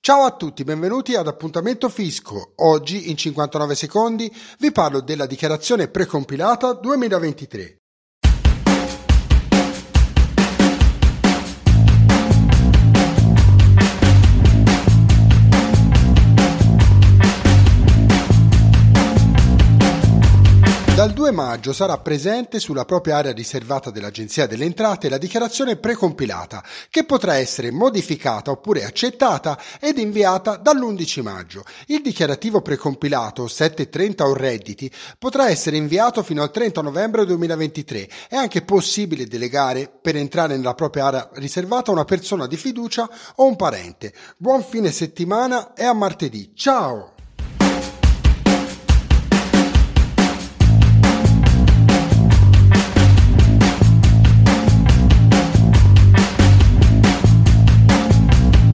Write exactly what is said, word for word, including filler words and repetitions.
Ciao a tutti, benvenuti ad Appuntamento Fisco. Oggi, in cinquantanove secondi, vi parlo della dichiarazione precompilata duemilaventitré. Dal due maggio sarà presente sulla propria area riservata dell'Agenzia delle Entrate la dichiarazione precompilata, che potrà essere modificata oppure accettata ed inviata dall'undici maggio. Il dichiarativo precompilato sette trenta o redditi potrà essere inviato fino al trenta novembre duemilaventitré. È anche possibile delegare per entrare nella propria area riservata una persona di fiducia o un parente. Buon fine settimana e a martedì. Ciao!